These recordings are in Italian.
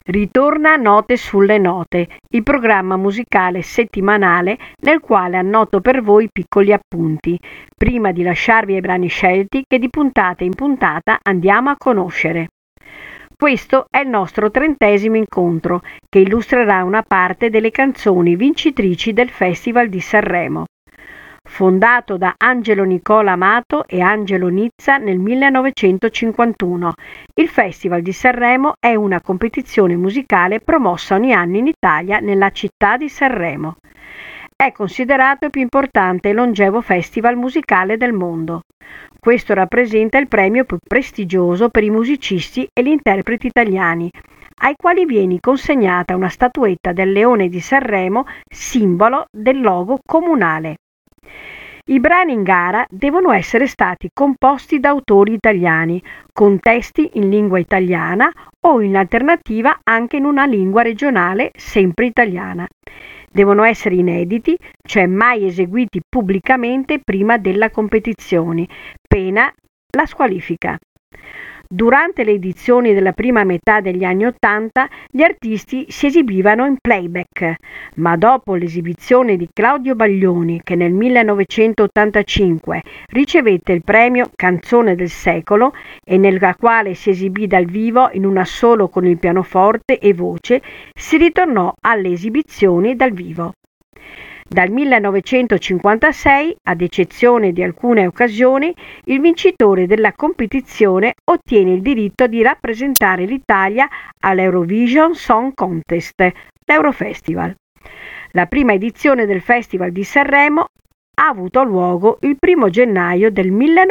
Ritorna Note sulle Note, il programma musicale settimanale nel quale annoto per voi piccoli appunti, prima di lasciarvi ai brani scelti che di puntata in puntata andiamo a conoscere. Questo è il nostro 30° incontro, che illustrerà una parte delle canzoni vincitrici del Festival di Sanremo. Fondato da Angelo Nicola Amato e Angelo Nizza nel 1951, il Festival di Sanremo è una competizione musicale promossa ogni anno in Italia nella città di Sanremo. È considerato il più importante e longevo festival musicale del mondo. Questo rappresenta il premio più prestigioso per i musicisti e gli interpreti italiani, ai quali viene consegnata una statuetta del Leone di Sanremo, simbolo del logo comunale. I brani in gara devono essere stati composti da autori italiani, con testi in lingua italiana o in alternativa anche in una lingua regionale sempre italiana. Devono essere inediti, cioè mai eseguiti pubblicamente prima della competizione, pena la squalifica. Durante le edizioni della prima metà degli anni '80 gli artisti si esibivano in playback, ma dopo l'esibizione di Claudio Baglioni, che nel 1985 ricevette il premio Canzone del secolo e nella quale si esibì dal vivo in un assolo con il pianoforte e voce, si ritornò alle esibizioni dal vivo. Dal 1956, ad eccezione di alcune occasioni, il vincitore della competizione ottiene il diritto di rappresentare l'Italia all'Eurovision Song Contest, l'Eurofestival. La prima edizione del Festival di Sanremo ha avuto luogo il 1 gennaio del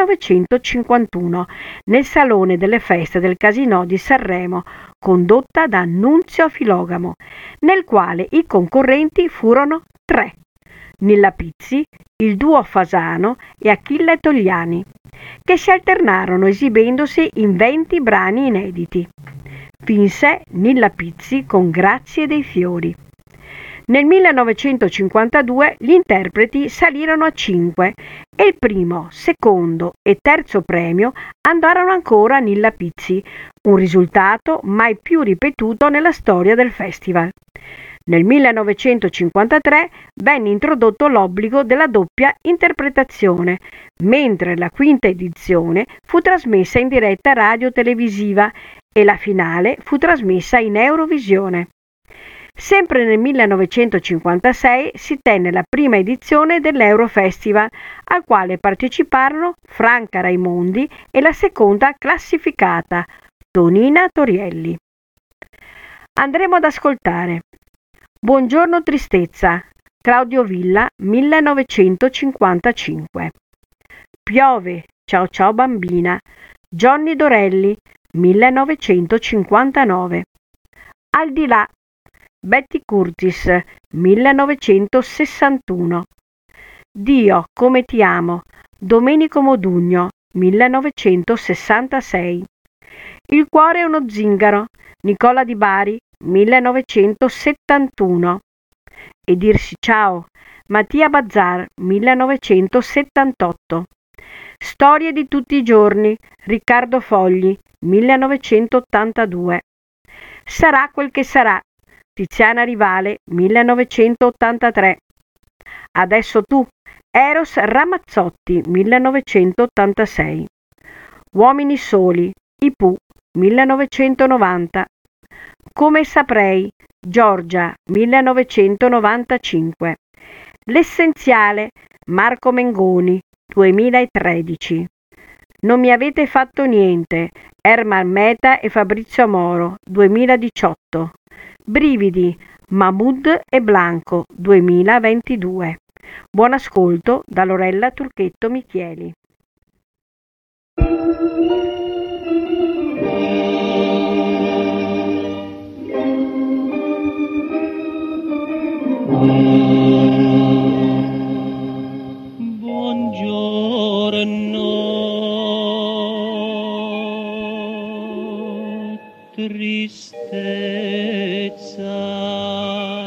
1951 nel Salone delle Feste del Casinò di Sanremo, condotta da Nunzio Filogamo, nel quale i concorrenti furono 3. Nilla Pizzi, il duo Fasano e Achille Togliani, che si alternarono esibendosi in 20 brani inediti. Vinse Nilla Pizzi con Grazie dei fiori. Nel 1952 gli interpreti salirono a 5 e il primo, secondo e terzo premio andarono ancora a Nilla Pizzi, un risultato mai più ripetuto nella storia del festival. Nel 1953 venne introdotto l'obbligo della doppia interpretazione, mentre la quinta edizione fu trasmessa in diretta radio-televisiva e la finale fu trasmessa in Eurovisione. Sempre nel 1956 si tenne la prima edizione dell'Eurofestival, al quale parteciparono Franca Raimondi e la seconda classificata, Tonina Torielli. Andremo ad ascoltare Buongiorno tristezza, Claudio Villa, 1955. Piove, ciao ciao bambina, Johnny Dorelli, 1959. Al di là, Betty Curtis, 1961. Dio, come ti amo, Domenico Modugno, 1966. Il cuore è uno zingaro, Nicola Di Bari, 1971. E dirsi ciao, Mattia Bazzar, 1978. Storie di tutti i giorni, Riccardo Fogli, 1982. Sarà quel che sarà, Tiziana Rivale, 1983. Adesso tu, Eros Ramazzotti, 1986. Uomini soli, I Pooh, 1990. Come saprei, Giorgia, 1995. L'essenziale, Marco Mengoni, 2013. Non mi avete fatto niente, Ermal Meta e Fabrizio Amoro, 2018. Brividi, Mahmood e Blanco, 2022. Buon ascolto da Lorella Turchetto Michieli. Buongiorno, tristezza.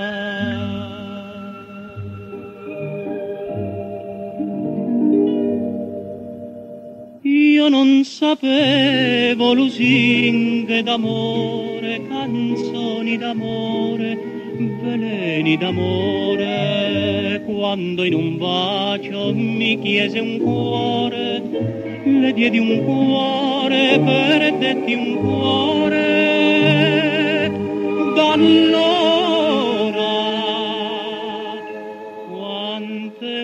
Io non non sapevo lusinghe d'amore, canzoni d'amore, veleni d'amore, quando in un bacio mi chiese un cuore, le diedi un cuore, perdetti un cuore, d'allora quante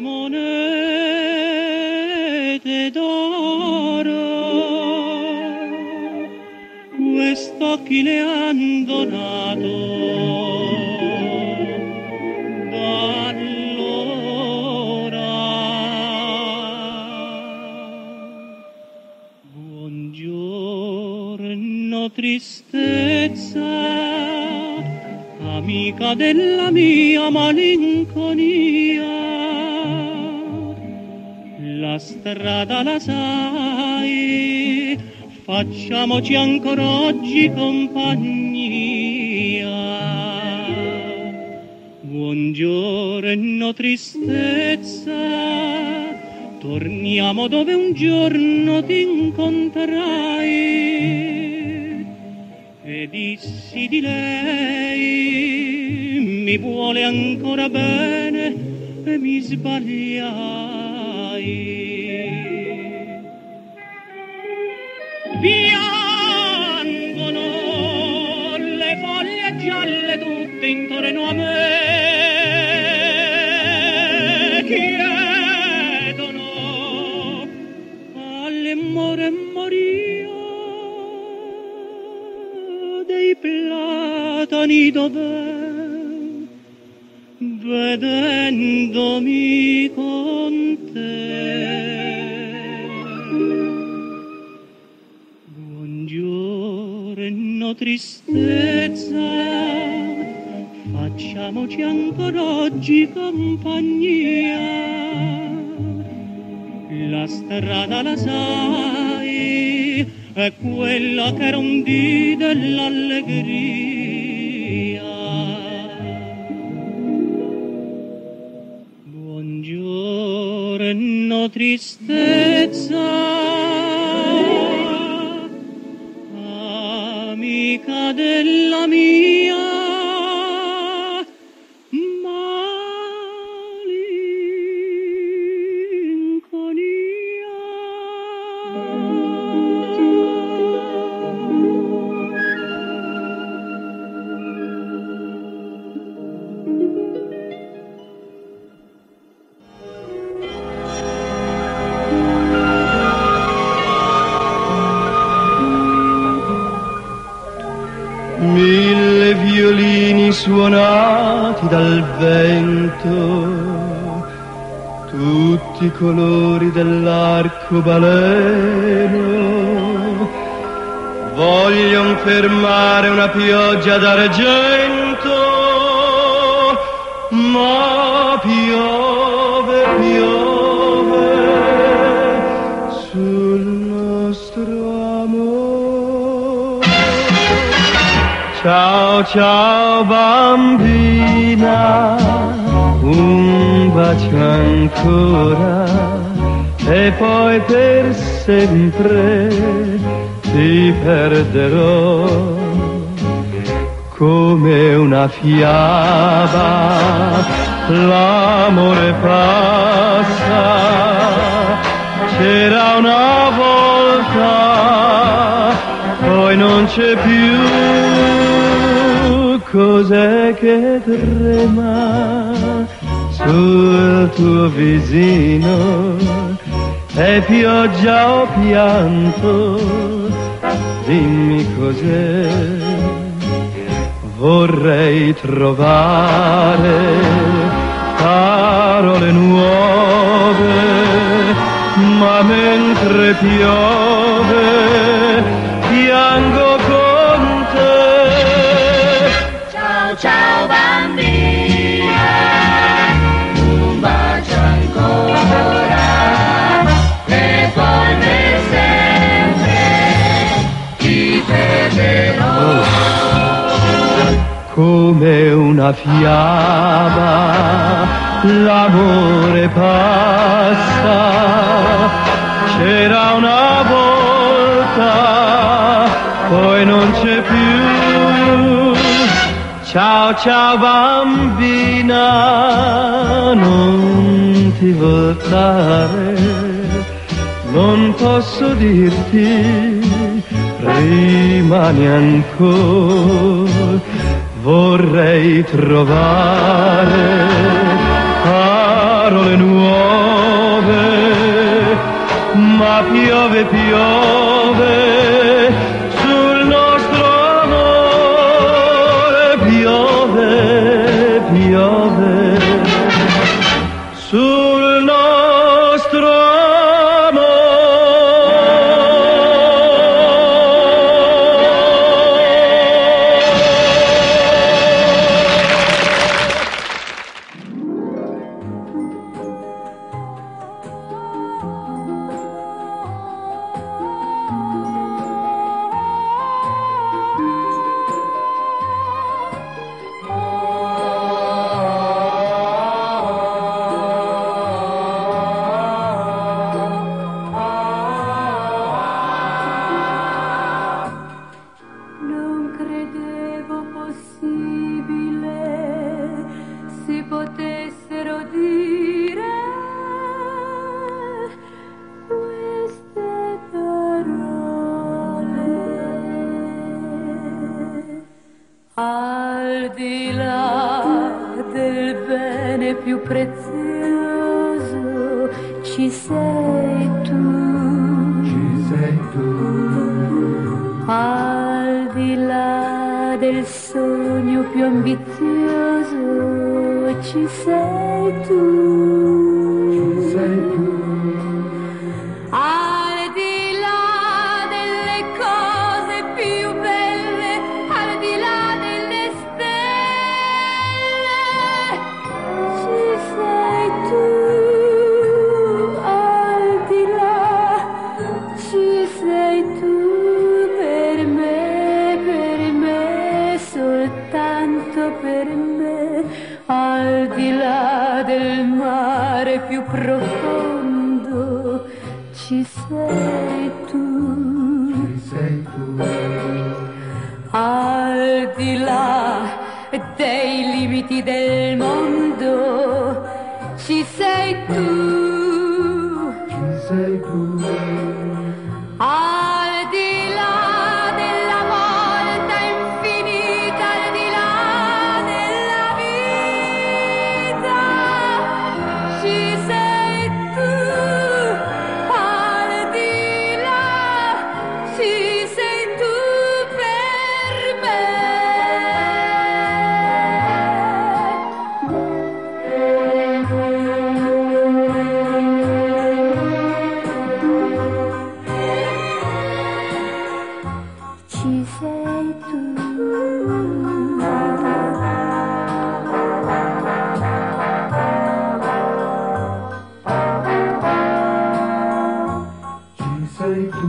monete d'oro quest'occhi le han donato. Tristezza, amica della mia malinconia, la strada la sai, facciamoci ancora oggi compagnia. Buongiorno tristezza, torniamo dove un giorno ti incontrai. E dissi di lei, mi vuole ancora bene, e mi sbagliai. Piangono le foglie gialle tutte intorno a me, chiedono all'amore moria dei platani dov'è, vedendomi con te. Buongiorno tristezza, facciamoci ancora oggi compagnia, la strada la sai, è quella che era un dì dell'allegria. Buongiorno tristezza, amica della mia suonati dal vento, tutti i colori dell'arcobaleno, voglion fermare una pioggia d'argento, ma piove, piove sul nostro amore. Ciao, ciao bambina, un bacio ancora e poi per sempre ti perderò. Come una fiaba l'amore passa, c'era una volta, poi non c'è più. Cos'è che trema sul tuo visino? È pioggia o pianto? Dimmi cos'è. Vorrei trovare parole nuove, ma mentre piove piango con te. Ciao ciao bambina, un bacio ancora e poi per sempre ti perderò. Come una fiaba l'amore passa, c'era una volta, volta, poi non c'è più. Ciao ciao bambina, non ti voltare, non posso dirti, rimani ancora, vorrei trovare parole nuove, ma piove, piove sul nostro amore, piove, piove sul nostro amore. Non credevo possibile si potessero dire queste parole. Al di là del bene più prezioso ci sei tu. Ci sei tu. Al di là del sogno più ambizioso ci sei tu. Ci sei tu. Al di là delle cose più belle, al di là delle stelle, ci sei tu. Al di là ci sei tu. Soltanto per me, al di là del mare più profondo, ci sei tu. Ci sei tu. Al di là dei limiti del mondo, ci sei tu. Ci sei tu. Al di là della volta infinita, al di là della vita, ci sei tu. Al di là ci sei tu per me. Ci sei tu. Ci sei tu.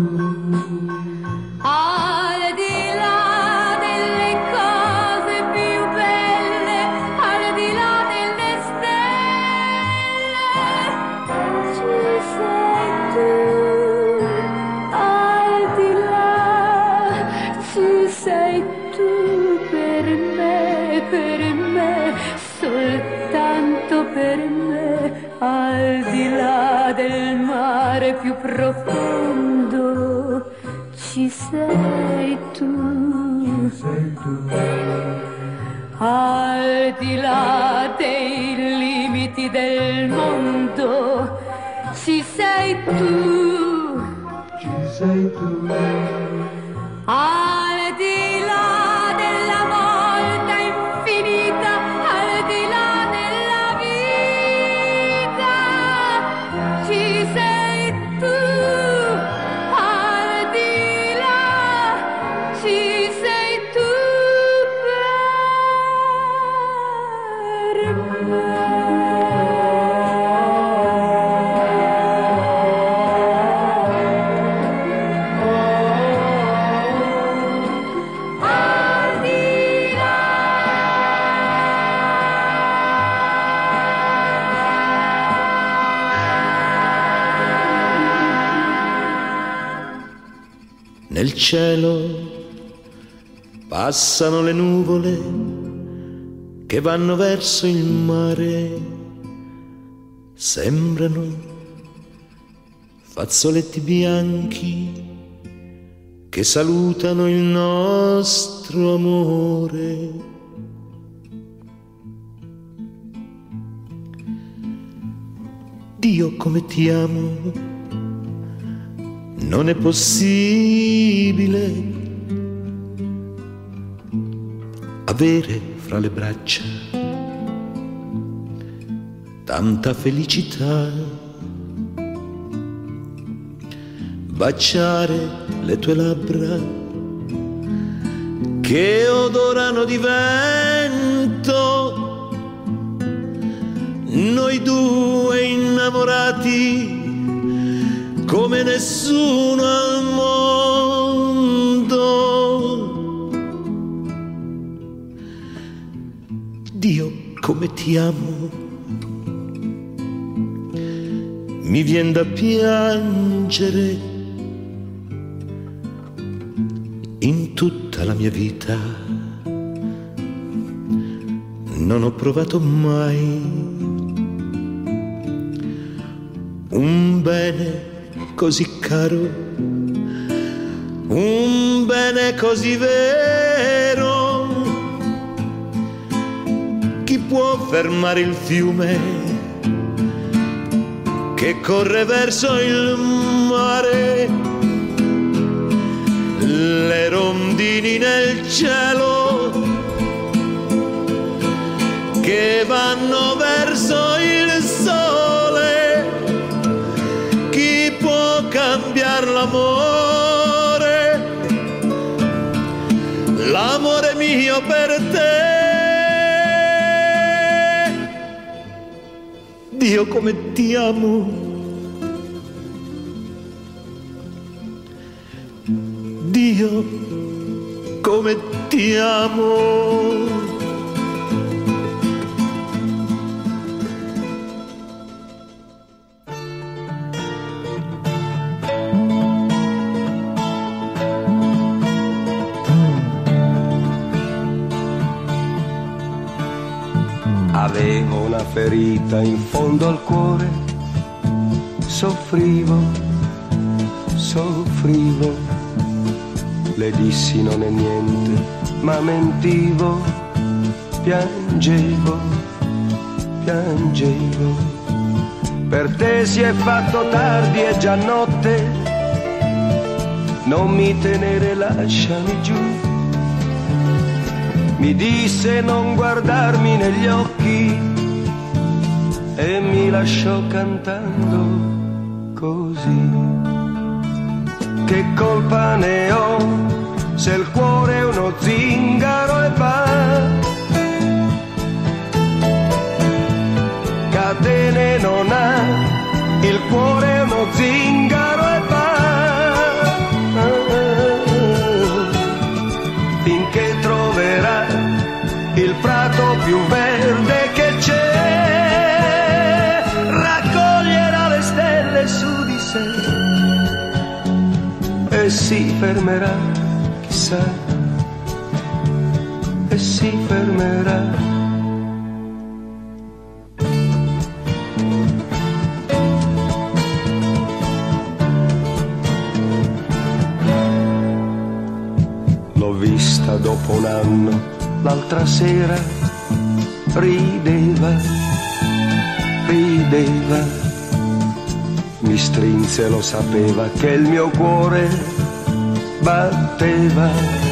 Al di là delle cose più belle, al di là delle stelle, ci sei tu. Al di là ci sei tu per me, soltanto per me, al di là del mare più profondo, ci sei tu. Ci sei tu. Al di là dei limiti del mondo, ci sei tu. Ci sei tu. Al di là della volta infinita, al di là della vita, ci sei tu. Al di là ci sei tu per me. Nel cielo passano le nuvole che vanno verso il mare, sembrano fazzoletti bianchi che salutano il nostro amore. Dio come ti amo, non è possibile avere fra le braccia tanta felicità, baciare le tue labbra che odorano di vento, noi due innamorati come nessuno al mondo. Dio come ti amo, mi vien da piangere. In tutta la mia vita non ho provato mai un bene così caro, un bene così vero. Chi può fermare il fiume che corre verso il mare? Le rondini nel cielo che vanno verso il sole. Chi può cambiare l'amore, l'amore mio per te? Dio come ti amo, Dio come ti amo. Avevo una ferita in fondo al cuore, soffrivo, le dissi non è niente, ma mentivo, piangevo, per te si è fatto tardi, è già notte, non mi tenere, lasciami giù. Mi disse non guardarmi negli occhi e mi lasciò cantando così. Che colpa ne ho se il cuore è uno zingaro e va? Catene non ha, il cuore è uno zingaro e va. Finché troverà il prato più verde che c'è, raccoglierà le stelle su di sé e si fermerà, chissà, e si fermerà. L'ho vista dopo un anno, l'altra sera, rideva, mi strinse, lo sapeva che il mio cuore batteva,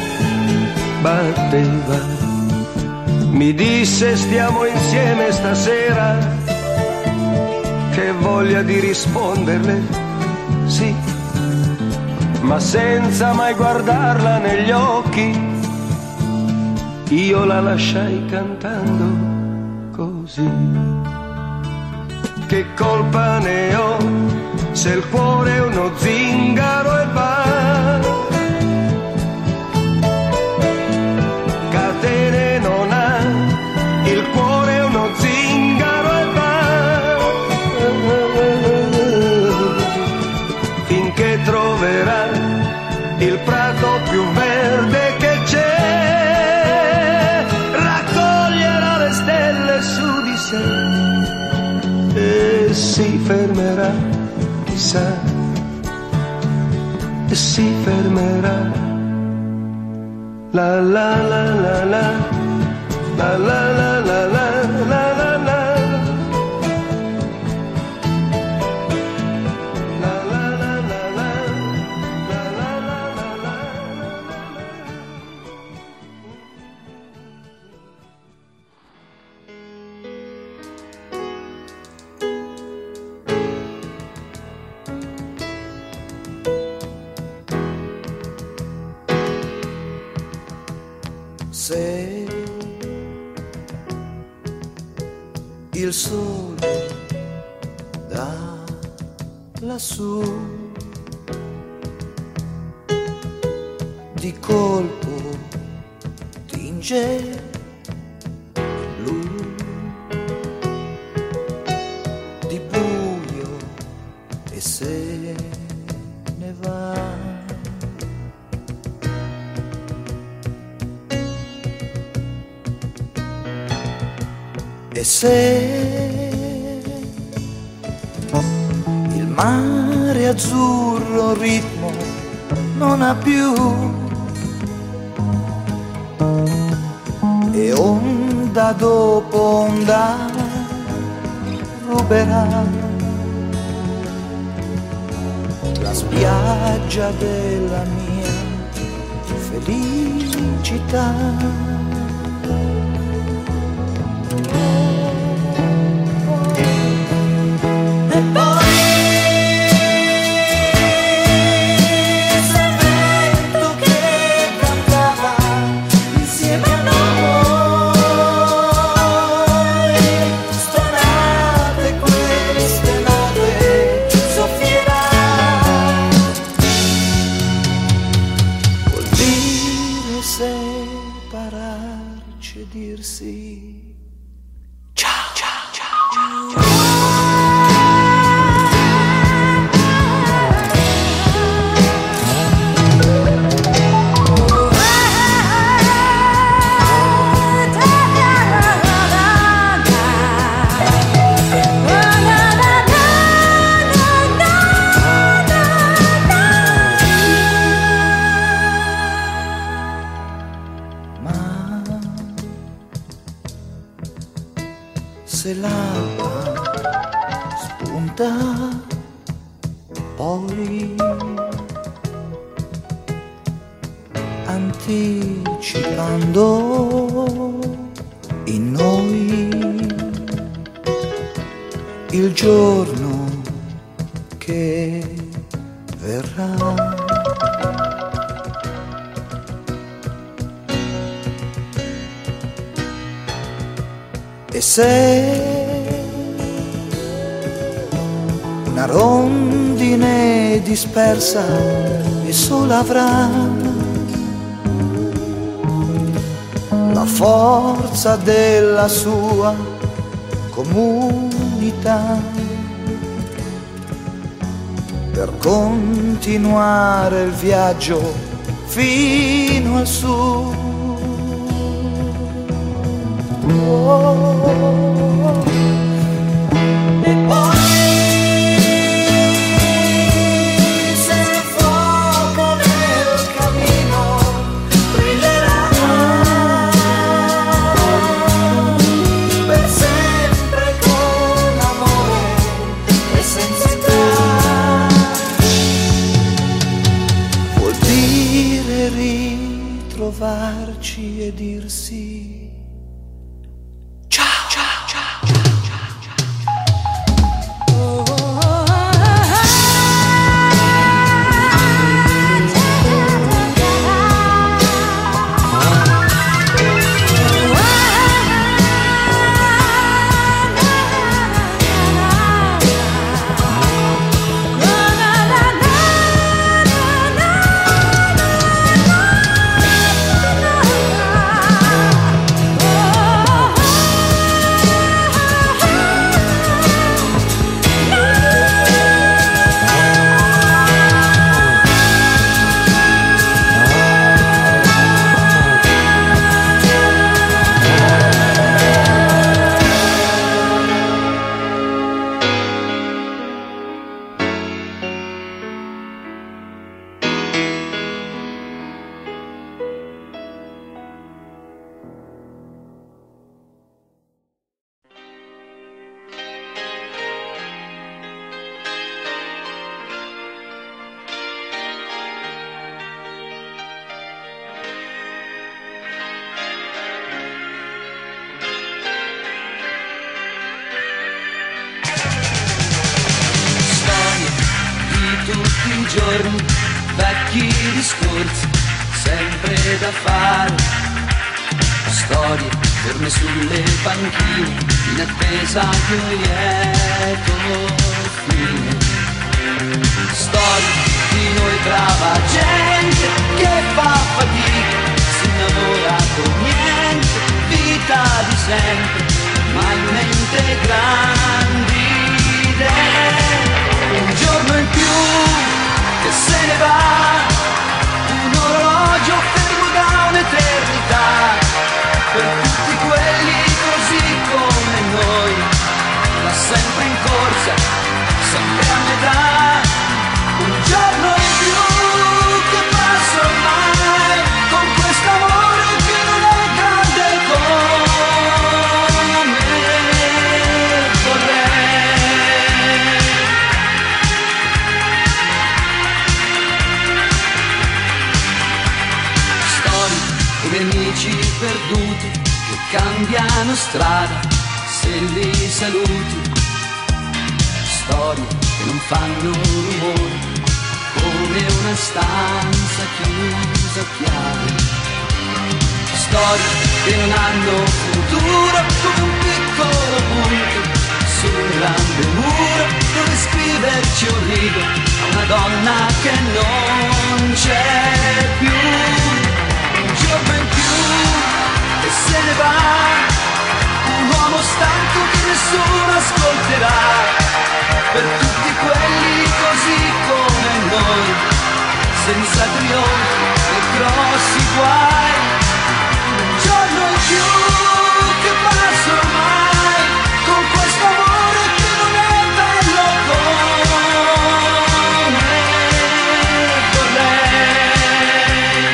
mi disse stiamo insieme stasera, che voglia di risponderle, sì, ma senza mai guardarla negli occhi, io la lasciai cantando così. Che colpa ne ho se il cuore è uno zingaro e va? Catene non ha, il cuore è uno zingaro e va. Finché troverà il prato chissà, e si fermerà. La la la la la, la la la la la la la la. Se il sole da lassù di colpo tinge blu di buio e se ne va. E se il mare azzurro ritmo non ha più e onda dopo onda ruberà la spiaggia della mia felicità. E poi se il vento che cantava insieme a noi, stonate queste note soffierà. Vuol dire separarci e dirsi ciao ciao ciao ciao ciao. Se l'alba spunta poi anticipando in noi il giorno che verrà. E se una rondine dispersa e sola avrà la forza della sua comunità per continuare il viaggio fino al sud. E poi se il fuoco nel cammino brillerà per sempre con amore e senza età, vuol dire ritrovarci e dirsi vecchi giorni, vecchi discorsi, sempre da fare. Storie ferme sulle panchine, in attesa di un lieto fine. Storie di noi brava gente che fa fatica, si innamora con niente, vita di sempre, ma in mente grandi idee. Un giorno in più che se ne va, un orologio fermo da un'eternità, per tutti quelli così come noi, da sempre in corsa, sempre a metà. Un giorno in più che passa ormai, con questo amore che non è grande come vorrei. Storie come amici perduti che cambiano strada se li saluti. Storie che non fanno rumore, come una stanza chiusa a chiave. Storie che non hanno futuro, come un piccolo punto su un grande muro, dove scriverci un rigo a una donna che non c'è più. Un giorno in più che se ne va, un uomo stanco che nessuno ascolterà, per tutti quelli così come noi, senza trionfi e grossi guai. Un giorno in più che passa ormai, con questo amore che non è bello come vorrei.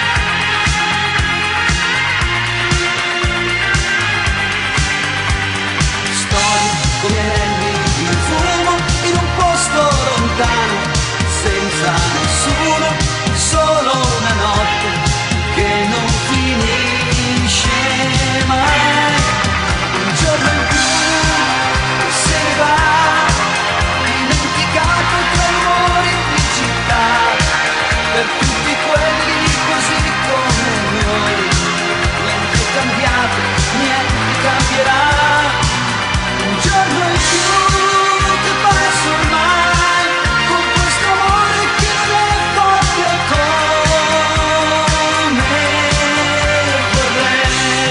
Storie come anelli di fumo in un posto lontano, senza nessuno, solo una notte che non finisce mai. Un giorno in più che se ne va, dimenticato tra i rumori di città, per tutti quelli così come noi. Niente è cambiato, niente cambierà. Un giorno in più che passa ormai, con questo amore che non è proprio come vorrei.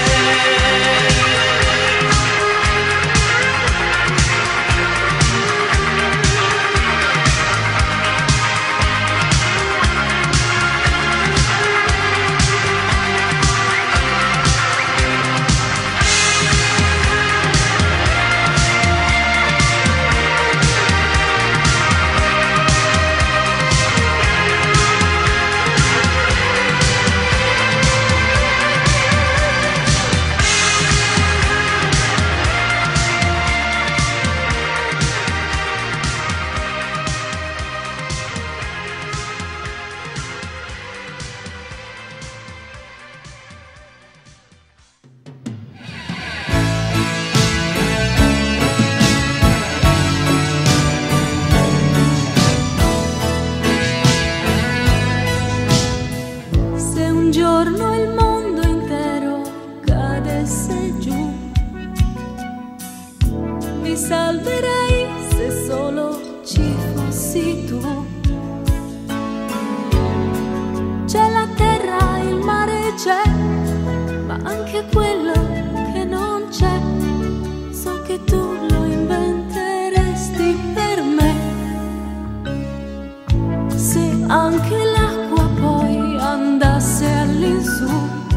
Se un giorno il mondo intero cadesse giù, mi salverei se solo ci fossi tu. C'è la terra, il mare c'è, ma anche quello che non c'è. So che tu lo inventeresti per me. Se anche l'acqua poi andasse all'insù,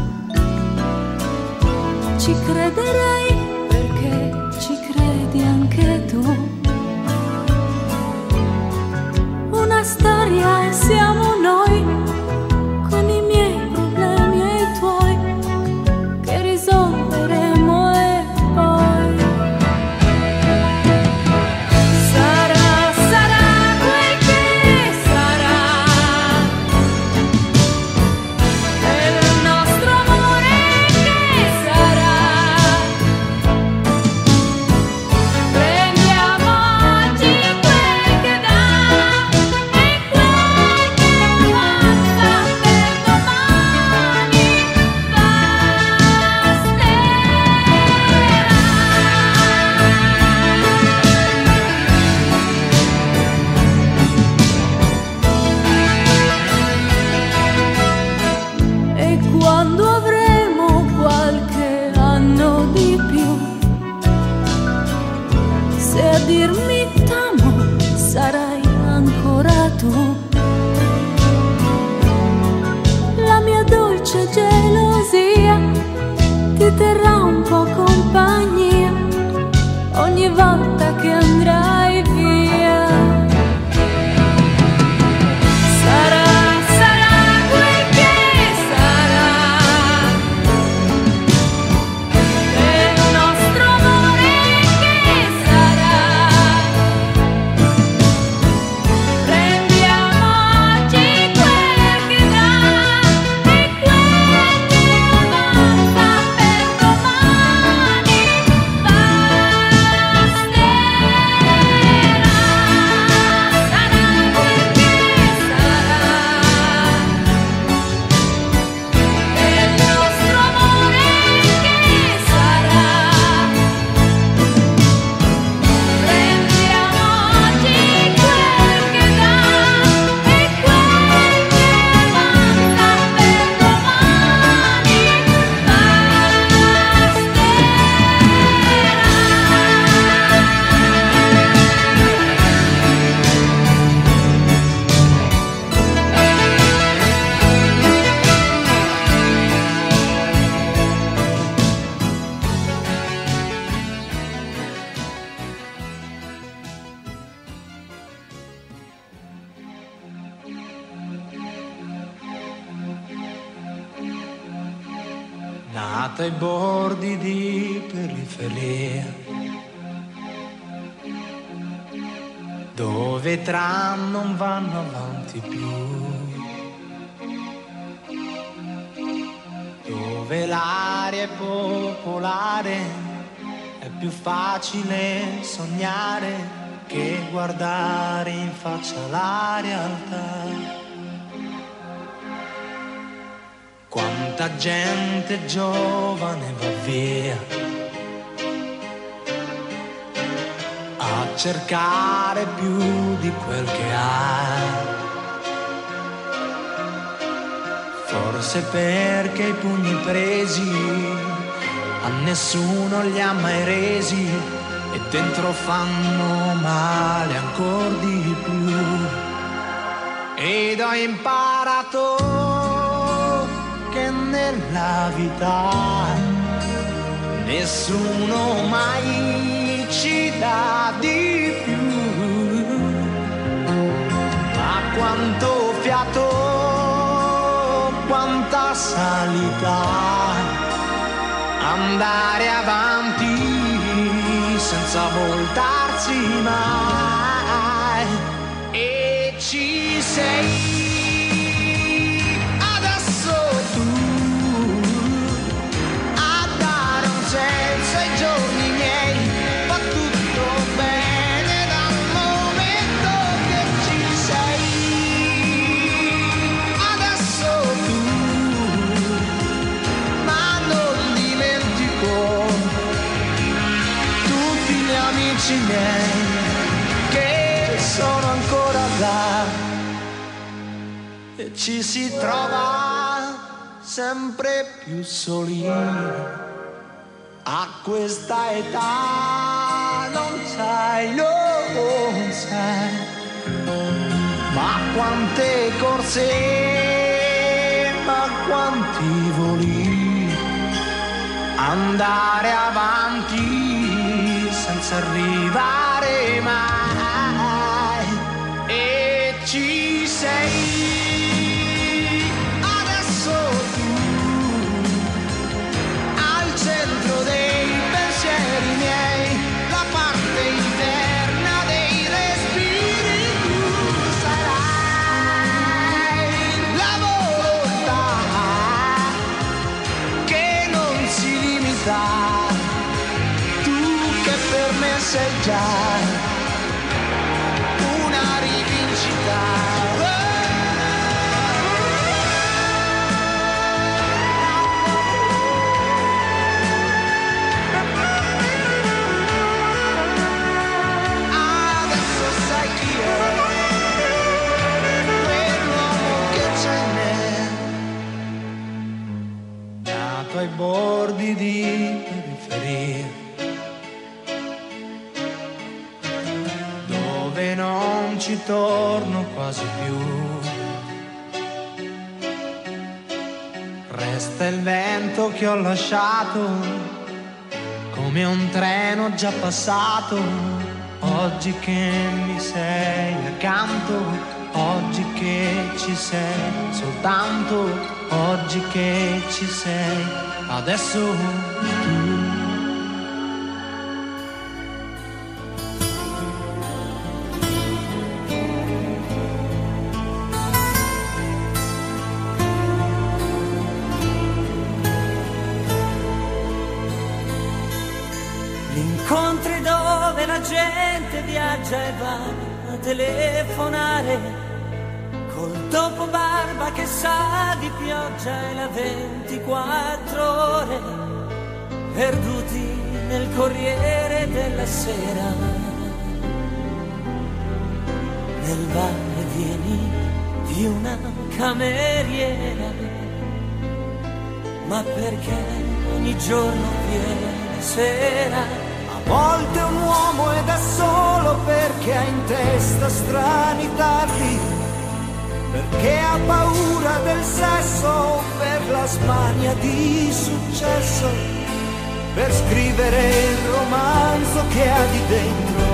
ci crederei perché ci credi anche tu. Una storia e siamo noi, con i miei problemi e i tuoi, che risolveremo e poi sarà quel che sarà. Il nostro amore che sarà. ti terrà un po' compagnia ogni volta che andrai via. Sarà quel che sarà, il nostro amore che sarà. Prendiamo oggi quel che dà e quel che avanza per domani basterà. Sarà quel che sarà, il nostro amore che sarà. Prendiamo oggi quel che dà e quel che avanza per domani Nata ai bordi di periferia, dove i tram non vanno avanti più, dove l'aria è popolare, è più facile sognare che guardare in faccia la realtà. Quanta gente giovane va via a cercare più di quel che ha, forse perché i pugni presi a nessuno li ha mai resi e dentro fanno male ancor di più. Ed ho imparato che nella vita nessuno mai ci dà di più, ma quanto fiato, quanta salita, andare avanti senza voltarsi mai. E ci sei senza i giorni miei, va tutto bene dal momento che ci sei. Adesso tu, ma non dimentico tutti gli amici miei che sono ancora là, e ci si trova sempre più soli. A questa età non sai, non sai, ma quante corse, ma quanti voli, andare avanti senza arrivare mai. E ci sei. Sei già una rivincita. Adesso sai chi è quell'uomo che c'è in me, nato ai bordi di periferia, non ci torno quasi più. Resta questo è il vento che ho lasciato, come un treno già passato. Oggi che mi sei accanto, oggi che ci sei soltanto, oggi che ci sei adesso tu. Incontri dove la gente viaggia e va a telefonare, col dopo barba che sa di pioggia e la 24 ore, perduti nel Corriere della Sera, nel va e vieni di una cameriera. Ma perché ogni giorno viene sera? A volte un uomo è da solo perché ha in testa strani tardi, perché ha paura del sesso, per la smania di successo, per scrivere il romanzo che ha di dentro,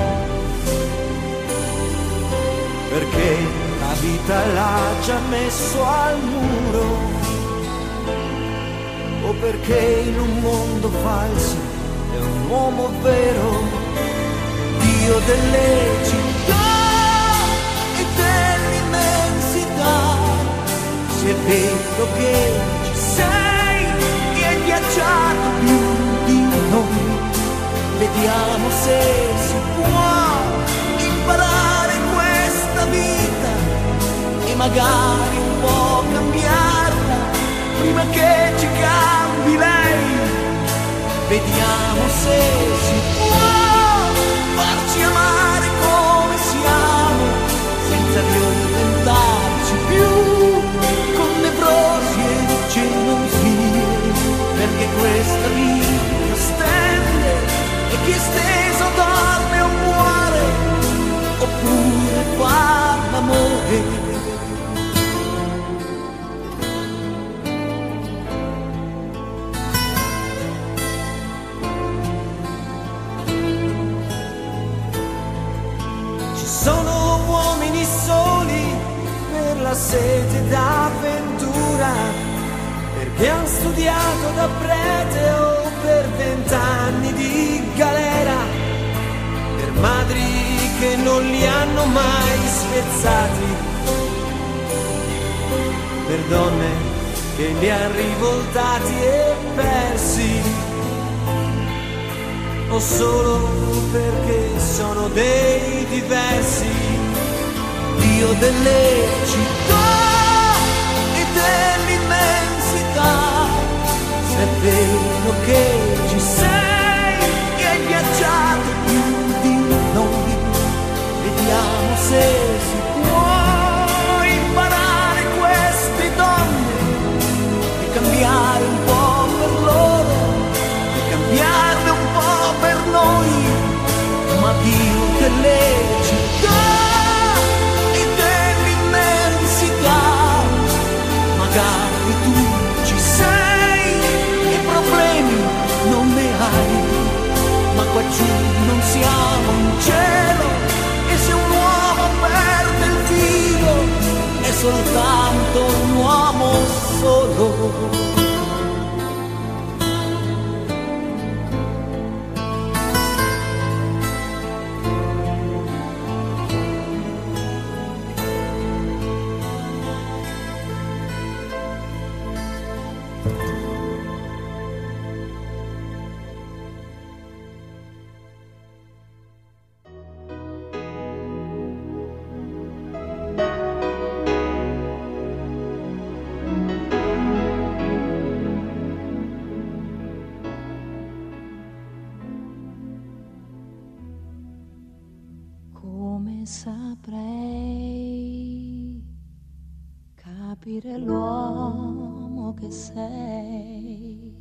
perché la vita l'ha già messo al muro, o perché in un mondo falso è un uomo vero, Dio delle città e dell'immensità. Se è vero che ci sei e hai viaggiato più di noi, vediamo se si può imparare questa vita e magari un po' cambiarla prima che ci cambi lei. Vediamo se si può farci amare come siamo, senza violentarci più con nevrosi e gelosie, perché questa vita stende e chi è steso dorme o muore, oppure fa l'amore. Sono uomini soli per la sete d'avventura, perché han studiato da prete o per 20 anni di galera, per madri che non li hanno mai spezzati, per donne che li han rivoltati e persi, o solo perché sono dei diversi, Dio delle città e dell'immensità. Se è vero che ci sei e hai viaggiato più di noi, vediamo se si può imparare queste donne e cambiare un po' per loro, e cambiarle un po' per noi. Ma Dio delle città e dell'immensità, magari tu ci sei e problemi non ne hai, ma qua giù non siamo in cielo, e se un uomo perde il filo è soltanto un uomo solo. Saprei capire l'uomo che sei,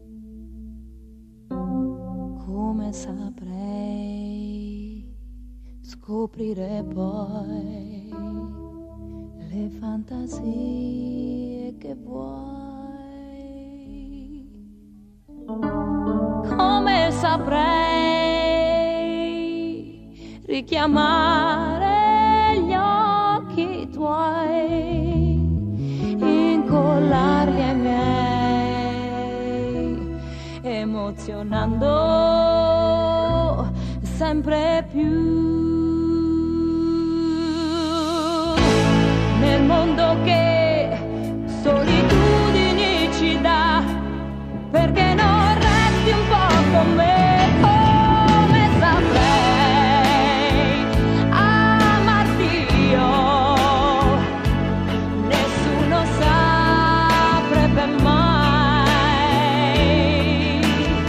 come saprei scoprire poi le fantasie che vuoi. saprei richiamare gli occhi tuoi, incollarli ai miei, emozionando sempre più. Nel mondo che solitudini ci dà, perché non resti un po' con me, come saprei amarti io, nessuno saprebbe mai,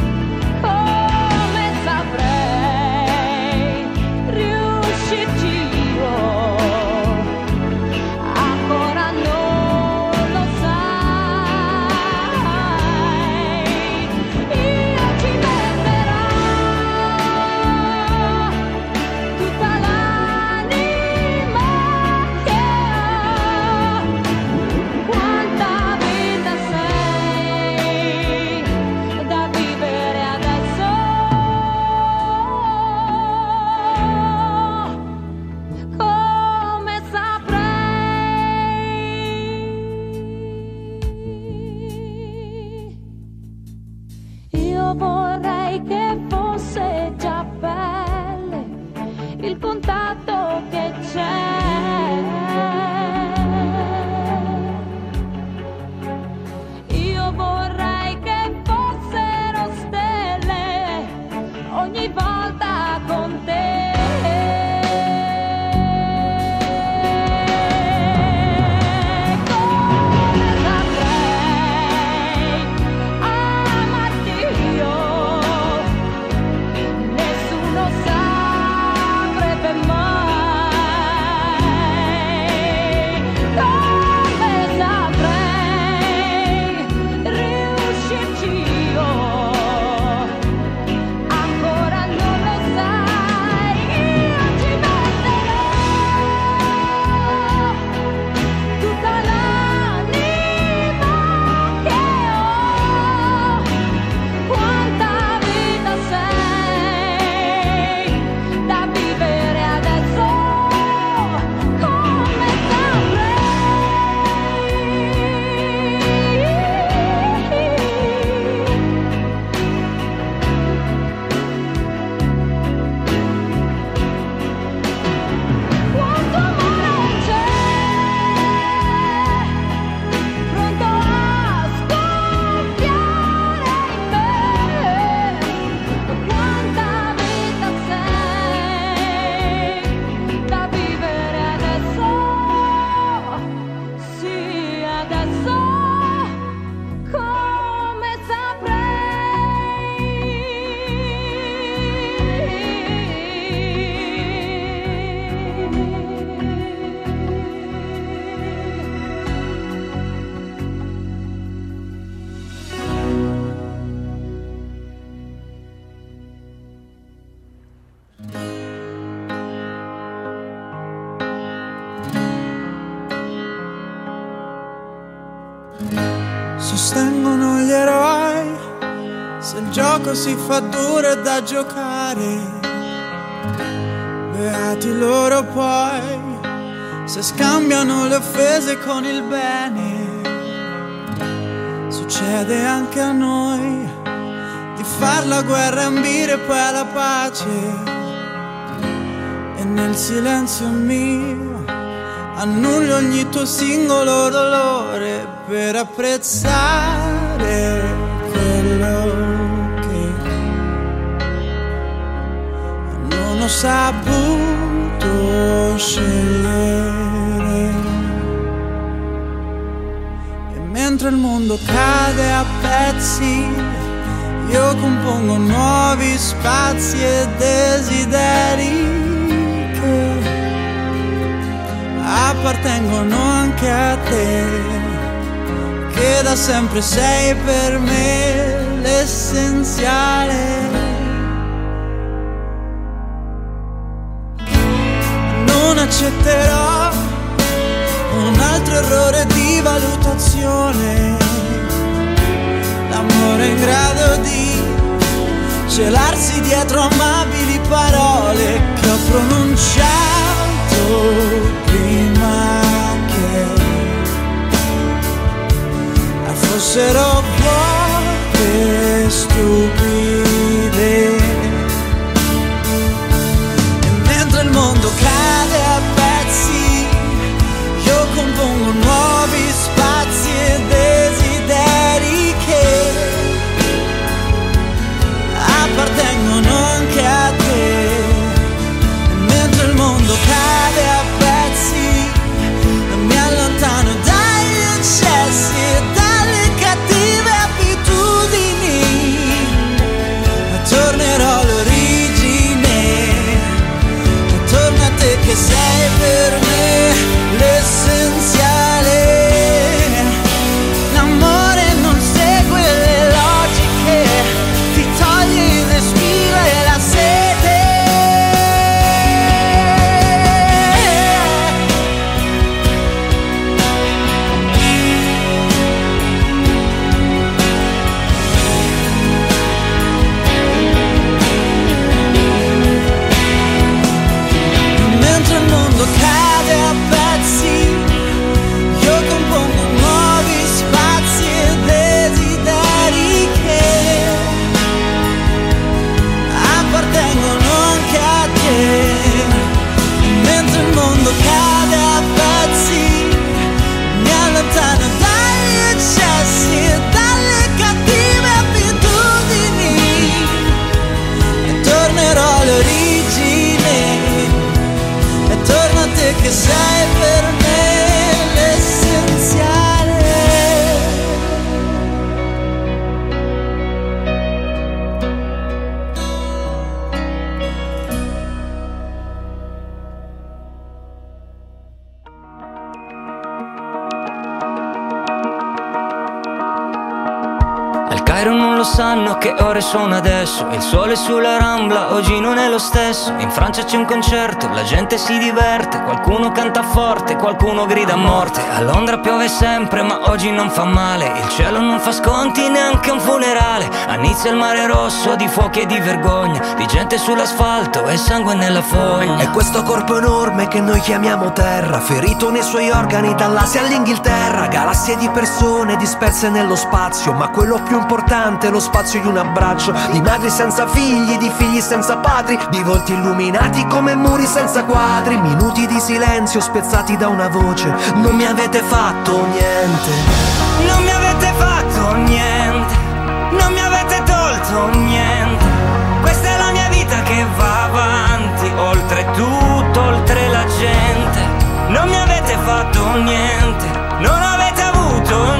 come saprei riuscirci io, ancora non lo sai, io ci metterò tutta l'anima che ho, quanta vita sei da vivere adesso, come saprei. Io vorrei che fosse già pelle il contatto che c'è. Io vorrei che fossero stelle ogni volta con te. Come saprei amarti io, nessuno saprebbe mai, come saprei riuscirci io, ancora non lo sai, io ci metterò tutta l'anima che ho, quanta vita sei da vivere adesso, come saprei. Quanto amore c'è, pronto a scoppiare in me, quanta vita sei da vivere adesso, sì adesso, come Sostengono gli eroi, se il gioco si fa duro è da giocare, beati loro poi, se scambiano le offese con il bene. Succede anche a noi di far la guerra e ambire poi alla pace, e nel silenzio mio annullo ogni tuo singolo dolore per apprezzare quello che non ho saputo scegliere. E mentre il mondo cade a pezzi, io compongo nuovi spazi e desideri appartengono anche a te, che da sempre sei per me l'essenziale. Non accetterò un altro errore di valutazione, l'amore è in grado di celarsi dietro amabili parole che ho pronunciato prima che fossero vuote, stupide. E mentre il mondo cade a pezzi, io compongo nuovi spazi e desideri che appartengono anche a te. E mentre il mondo cade a pezzi, mi allontano dagli eccessi e dalle cattive abitudini. Tornerò all'origine, torna a te che sei per me l'essenziale. L'amore non segue le logiche, ti toglie il respiro e la sete. Mentre il mondo cade a pezzi, io compongo nuovi spazi e desideri che appartengono anche a te. Mentre il mondo cade a pezzi, mi allontano dagli eccessi e dalle cattive abitudini. E tornerò all'origine, e torna a te che sei per me l'essenziale. Al Cairo non lo sanno che ore sono adesso. Il sole sulla Rambla oggi non è lo stesso. In Francia c'è un concerto, la gente si diverte. Qualcuno canta forte, qualcuno grida a morte. A Londra piove sempre ma oggi non fa male. Il cielo non fa sconti neanche un funerale. A Nizza il mare rosso di fuochi e di vergogna, di gente sull'asfalto e sangue nella fogna. E questo corpo enorme che noi chiamiamo terra, ferito nei suoi organi dall'Asia all'Inghilterra. Galassie di persone disperse nello spazio, ma quello più importante è lo spazio di un abbraccio. Di madri senza figli, di figli senza padri, di volti illuminati come muri senza quadri. Minuti di silenzio spezzati da una voce: non mi avete fatto niente. Non mi avete fatto niente, non mi avete tolto niente. Questa è la mia vita che va avanti, oltre tutto, oltre la gente. Non mi avete fatto niente, non avete avuto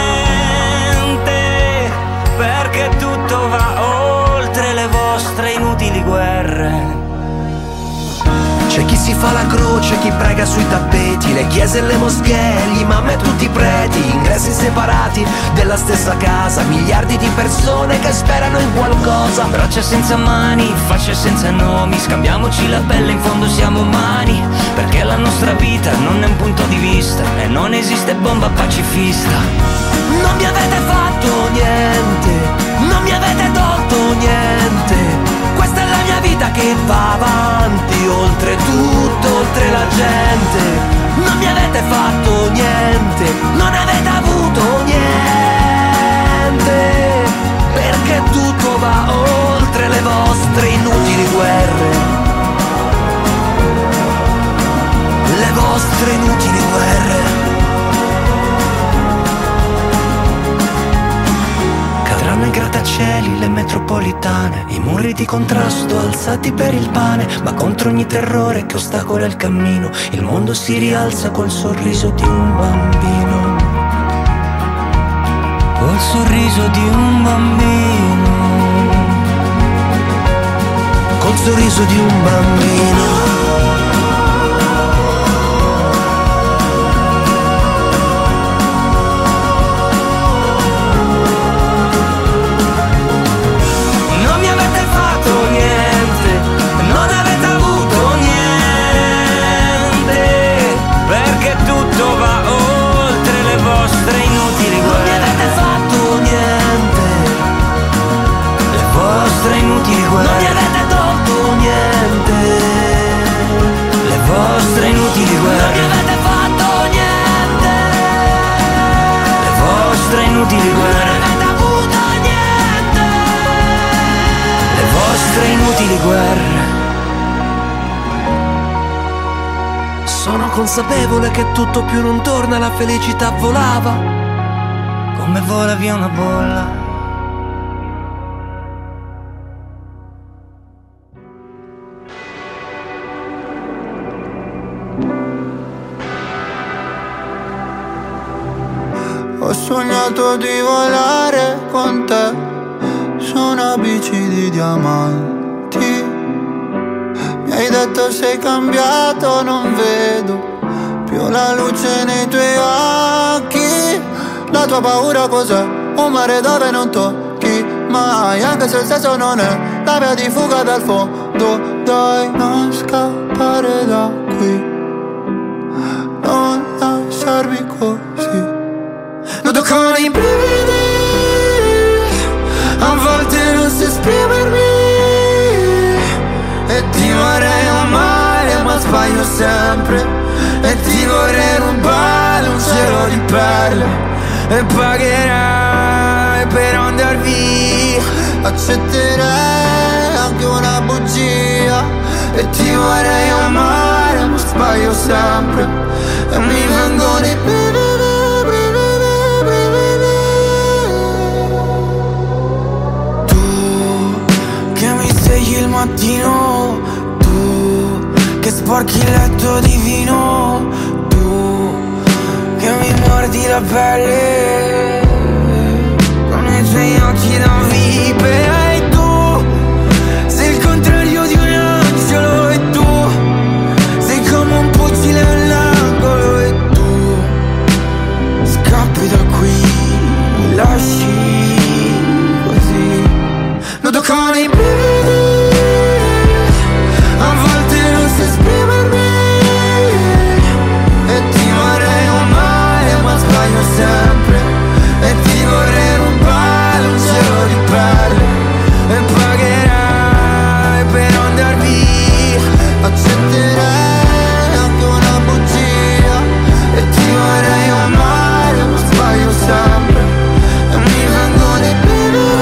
niente, perché tutto va oltre le vostre inutili guerre. C'è chi si fa la croce, chi prega sui tappeti, le chiese e le moschee, gli imam e tutti i preti, ingressi separati della stessa casa, miliardi di persone che sperano in qualcosa. Braccia senza mani, facce senza nomi, scambiamoci la pelle, in fondo siamo umani, perché la nostra vita non è un punto di vista e non esiste bomba pacifista. Non mi avete fatto niente, non mi avete tolto niente. Questa è la mia vita che va avanti, oltre tutto, oltre la gente. Non mi avete fatto niente, non avete avuto niente, perché tutto va oltre le vostre inutili guerre. Le vostre inutili guerre. Cadranno i grattacieli, le metropolitane, i muri di contrasto alzati per il pane, ma contro ogni terrore che ostacola il cammino, il mondo si rialza col sorriso di un bambino. Col sorriso di un bambino. Col sorriso di un bambino. Inutili consapevole che tutto più non torna, la felicità volava come vola via una bolla. Ho sognato di volare con te su una bici di diamanti. Mi hai detto sei cambiato, non vedo più la luce nei tuoi occhi. La tua paura cos'è? Un mare dove non tocchi mai, anche se il senso non è la via di fuga dal fondo. Dai, non scappare da qui, non lasciarmi così. Noto con i brividi, a volte non so esprimermi, e ti vorrei amare ma sbaglio sempre, e ti vorrei rubare un cielo di perle, e pagherai per andar via. Accetterei anche una bugia, e ti vorrei amare ma sbaglio sempre, e mi vengono i brividi. Il mattino, tu che sporchi il letto di vino, tu che mi mordi la pelle con i tuoi occhi da vipera, e tu sei il contrario di un angelo, e tu sei come un fucile all'angolo, e tu scappi da qui, mi lasci così. Noto con i brividi, a volte non so esprimermi, e ti vorrei amare ma sbaglio sempre, e ti vorrei rubare un cielo di perle, e pagherai per andar via. Accetterei anche una bugia, e ti vorrei amare ma sbaglio sempre, e mi vengono i brividi.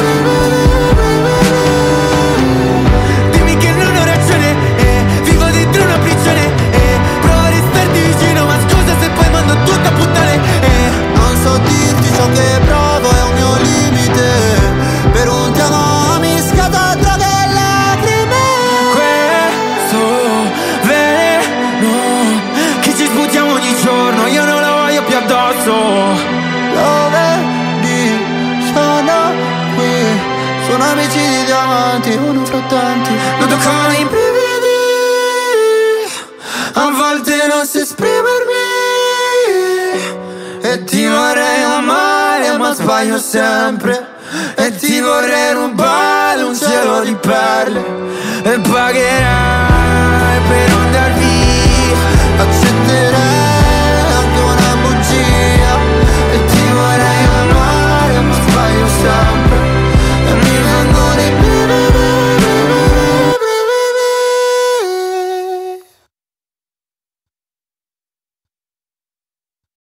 Ciò che provo è un mio limite, per un ti amo mischiato a droghe e lacrime. Questo veleno che ci sputiamo ogni giorno, io non lo voglio più addosso. Lo vedi, sono qui, sono amici di diamanti, uno fra tanti. Noto con i brividi, a volte non so esprimermi, e ti vorrei amare ma sbaglio sempre, e ti vorrei rubare un cielo di perle, e pagherai